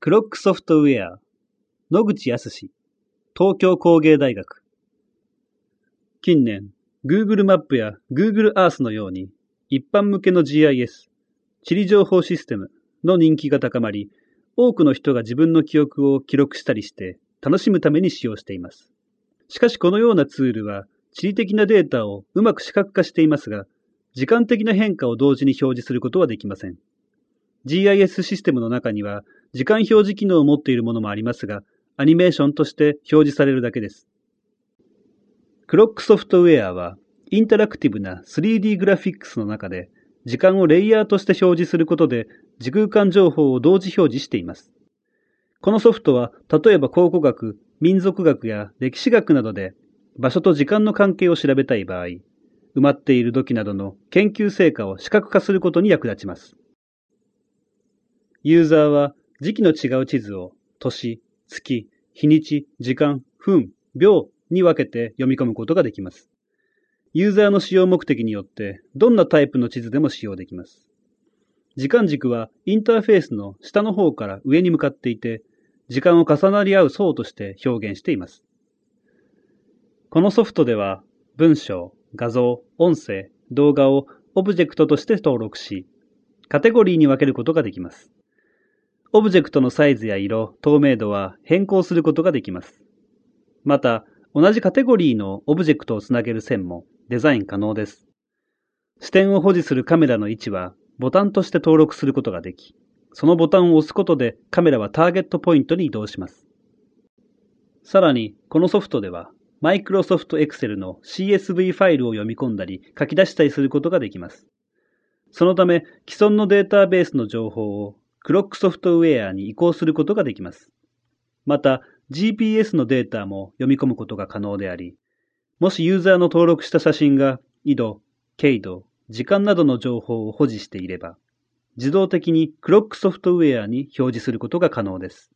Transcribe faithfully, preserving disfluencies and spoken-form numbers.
クロックソフトウェア、野口康、東京工芸大学。近年、Google マップや Google Earth のように、一般向けの ジーアイエス、地理情報システムの人気が高まり、多くの人が自分の記憶を記録したりして楽しむために使用しています。しかしこのようなツールは、地理的なデータをうまく視覚化していますが、時間的な変化を同時に表示することはできません。ジーアイエス システムの中には、時間表示機能を持っているものもありますが、アニメーションとして表示されるだけです。クロックソフトウェアは、インタラクティブな スリーディー グラフィックスの中で、時間をレイヤーとして表示することで、時空間情報を同時表示しています。このソフトは、例えば考古学、民族学や歴史学などで、場所と時間の関係を調べたい場合、埋まっている土器などの研究成果を視覚化することに役立ちます。ユーザーは時期の違う地図を年、月、日にち、時間、分、秒に分けて読み込むことができます。ユーザーの使用目的によってどんなタイプの地図でも使用できます。時間軸はインターフェースの下の方から上に向かっていて、時間を重なり合う層として表現しています。このソフトでは文章、画像、音声、動画をオブジェクトとして登録し、カテゴリーに分けることができます。オブジェクトのサイズや色、透明度は変更することができます。また、同じカテゴリーのオブジェクトをつなげる線もデザイン可能です。視点を保持するカメラの位置はボタンとして登録することができ、そのボタンを押すことでカメラはターゲットポイントに移動します。さらに、このソフトでは、Microsoft Excel の シーエスブイ ファイルを読み込んだり書き出したりすることができます。そのため、既存のデータベースの情報をクロックソフトウェアに移行することができます。また、ジーピーエス のデータも読み込むことが可能であり、もしユーザーの登録した写真が緯度、経度、時間などの情報を保持していれば、自動的にクロックソフトウェアに表示することが可能です。